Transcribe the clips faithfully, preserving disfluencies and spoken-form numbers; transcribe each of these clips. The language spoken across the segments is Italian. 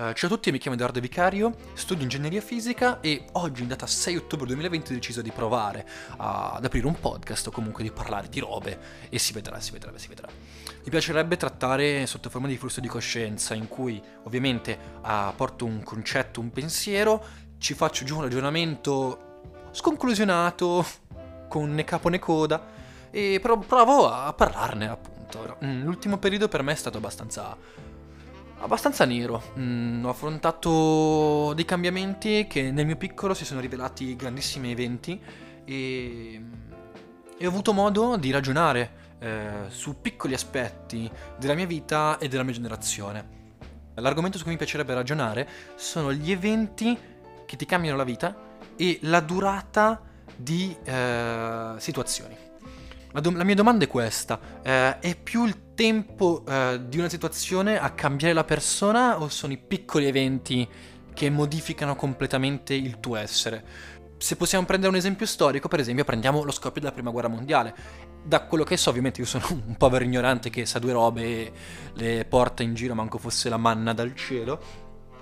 Uh, ciao a tutti, mi chiamo Edoardo Vicario, studio ingegneria fisica e oggi in data sei ottobre duemilaventi ho deciso di provare a- ad aprire un podcast o comunque di parlare di robe e si vedrà, si vedrà, si vedrà. Mi piacerebbe trattare sotto forma di flusso di coscienza in cui ovviamente uh, porto un concetto, un pensiero, ci faccio giù un ragionamento sconclusionato, con né capo né coda e pro- provo a parlarne appunto. Ora, mm, L'ultimo periodo per me è stato abbastanza... Abbastanza nero. Mm, ho affrontato dei cambiamenti che nel mio piccolo si sono rivelati grandissimi eventi e, e ho avuto modo di ragionare eh, su piccoli aspetti della mia vita e della mia generazione. L'argomento su cui mi piacerebbe ragionare sono gli eventi che ti cambiano la vita e la durata di eh, situazioni. La, do- la mia domanda è questa, eh, è più il tempo eh, di una situazione a cambiare la persona o sono i piccoli eventi che modificano completamente il tuo essere? Se possiamo prendere un esempio storico, per esempio prendiamo lo scoppio della prima guerra mondiale. Da quello che so, ovviamente io sono un povero ignorante che sa due robe e le porta in giro manco fosse la manna dal cielo.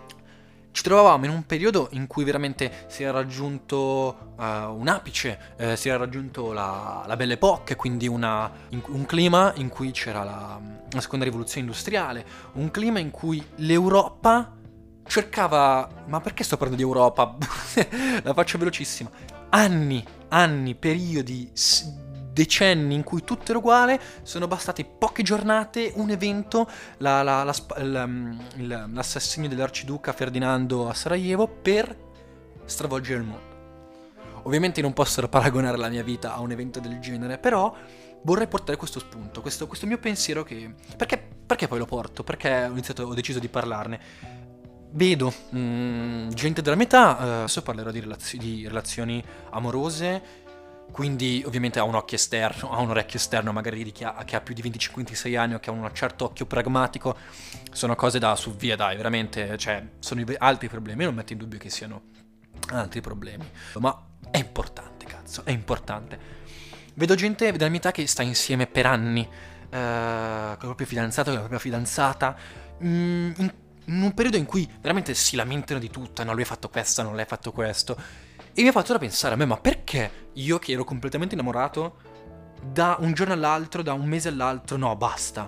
Ci trovavamo in un periodo in cui veramente si era raggiunto uh, un apice, eh, si era raggiunto la, la Belle Époque, quindi una, in- un clima in cui c'era la, la seconda rivoluzione industriale, un clima in cui l'Europa cercava... Ma perché sto parlando di Europa? La faccio velocissima. Anni, anni, periodi, s- decenni in cui tutto era uguale, sono bastate poche giornate, un evento, la- la- la sp- il- um, il- l'assassinio dell'arciduca Ferdinando a Sarajevo per stravolgere il mondo. Ovviamente non posso paragonare la mia vita a un evento del genere, però vorrei portare questo spunto, questo, questo mio pensiero che... Perché, perché poi lo porto? Perché ho, iniziato, ho deciso di parlarne? Vedo mm, gente della mia età, eh, adesso parlerò di, relazio- di relazioni amorose, quindi ovviamente ha un occhio esterno, ha un orecchio esterno magari di chi ha, che ha più di venticinque ventisei anni o che ha un certo occhio pragmatico, sono cose da su via dai, veramente, cioè sono i ve- altri problemi, io non metto in dubbio che siano altri problemi, ma è importante, cazzo, è importante. Vedo gente della mia età che sta insieme per anni, eh, con il proprio fidanzato, con la propria fidanzata, mm, in, in un periodo in cui veramente si lamentano di tutto, no, lui ha fatto questo, non lei ha fatto questo. E mi ha fatto da pensare a me, ma perché io che ero completamente innamorato, da un giorno all'altro, da un mese all'altro, no, basta.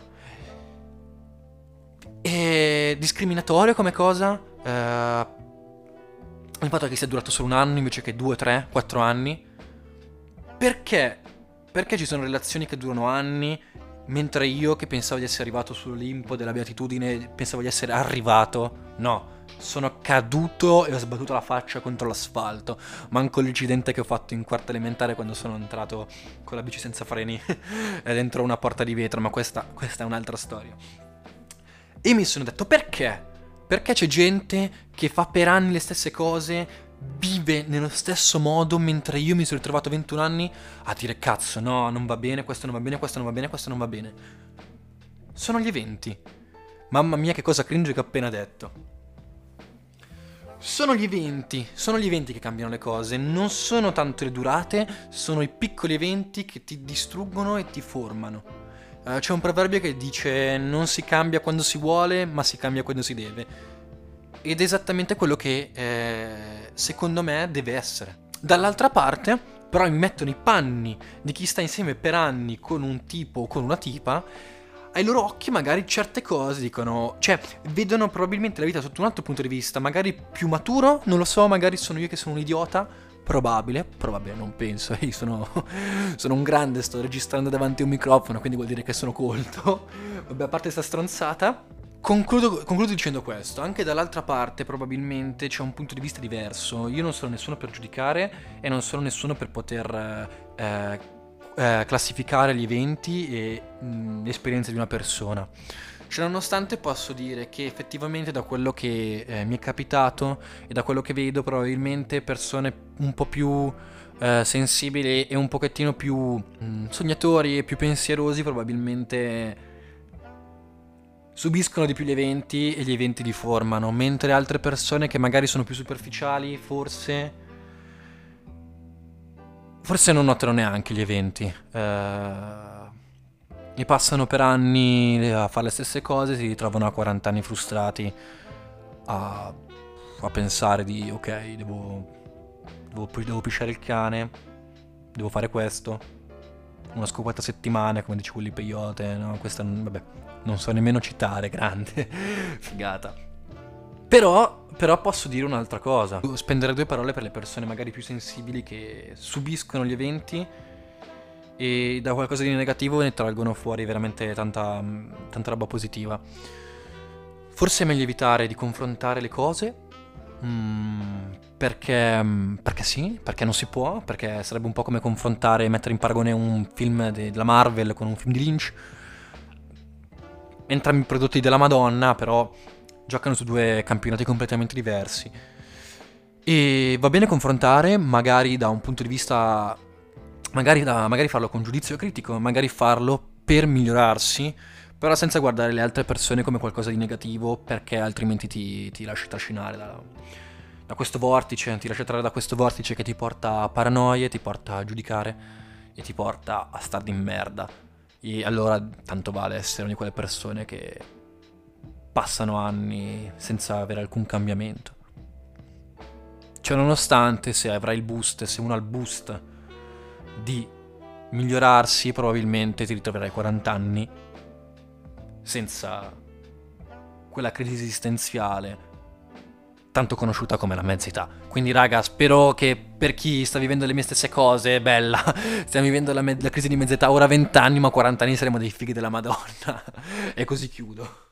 E discriminatorio come cosa? Eh, il fatto che sia durato solo un anno invece che due, tre, quattro anni. Perché? Perché ci sono relazioni che durano anni, mentre io che pensavo di essere arrivato sull'Olimpo della beatitudine, pensavo di essere arrivato, no. Sono caduto e ho sbattuto la faccia contro l'asfalto. Manco l'incidente che ho fatto in quarta elementare quando sono entrato con la bici senza freni dentro una porta di vetro, ma questa, questa è un'altra storia. E mi sono detto perché? Perché c'è gente che fa per anni le stesse cose, vive nello stesso modo, mentre io mi sono ritrovato a ventuno anni a dire cazzo, no, non va bene, questo non va bene, questo non va bene, questo non va bene. Sono gli eventi. Mamma mia che cosa cringe che ho appena detto. Sono gli eventi, sono gli eventi che cambiano le cose, non sono tanto le durate, sono i piccoli eventi che ti distruggono e ti formano. Eh, c'è un proverbio che dice non si cambia quando si vuole, ma si cambia quando si deve. Ed è esattamente quello che eh, secondo me deve essere. Dall'altra parte, però mi mettono i panni di chi sta insieme per anni con un tipo o con una tipa. Ai loro occhi magari certe cose dicono, cioè vedono probabilmente la vita sotto un altro punto di vista, magari più maturo, non lo so, magari sono io che sono un idiota, probabile, probabile non penso, io sono, sono un grande, sto registrando davanti a un microfono, quindi vuol dire che sono colto, vabbè a parte sta stronzata, concludo, concludo dicendo questo, anche dall'altra parte probabilmente c'è un punto di vista diverso, io non sono nessuno per giudicare e non sono nessuno per poter... Eh, eh, classificare gli eventi e mh, le esperienze di una persona. Cioè, nonostante posso dire che effettivamente da quello che eh, mi è capitato e da quello che vedo, probabilmente persone un po' più eh, sensibili e un pochettino più mh, sognatori e più pensierosi probabilmente subiscono di più gli eventi e gli eventi li formano, mentre altre persone che magari sono più superficiali, forse Forse non notano neanche gli eventi. Eh, e passano per anni a fare le stesse cose, si ritrovano a quaranta anni frustrati a, a pensare di ok, devo, devo, devo pisciare il cane, devo fare questo, una scopata a settimana, come dice quelli peyote, no? Questa, vabbè, non so nemmeno citare, grande, figata. Però, però posso dire un'altra cosa, spendere due parole per le persone magari più sensibili che subiscono gli eventi e da qualcosa di negativo ne traggono fuori veramente tanta, tanta roba positiva. Forse è meglio evitare di confrontare le cose, mm, perché, perché sì, perché non si può, perché sarebbe un po' come confrontare e mettere in paragone un film de- della Marvel con un film di Lynch. Entrambi prodotti della Madonna, però giocano su due campionati completamente diversi. E va bene confrontare, magari da un punto di vista... Magari, da, magari farlo con giudizio critico, magari farlo per migliorarsi, però senza guardare le altre persone come qualcosa di negativo, perché altrimenti ti, ti lasci trascinare da, da questo vortice, ti lasci trarre da questo vortice che ti porta a paranoie, ti porta a giudicare e ti porta a star di merda. E allora tanto vale essere una di quelle persone che passano anni senza avere alcun cambiamento. Cioè, nonostante, se avrai il boost, se uno ha il boost di migliorarsi, probabilmente ti ritroverai quaranta anni senza quella crisi esistenziale tanto conosciuta come la mezza età. Quindi raga, spero che per chi sta vivendo le mie stesse cose, bella, stiamo vivendo la, me- la crisi di mezza età, ora venti anni, ma quaranta anni saremo dei fighi della Madonna. E così chiudo.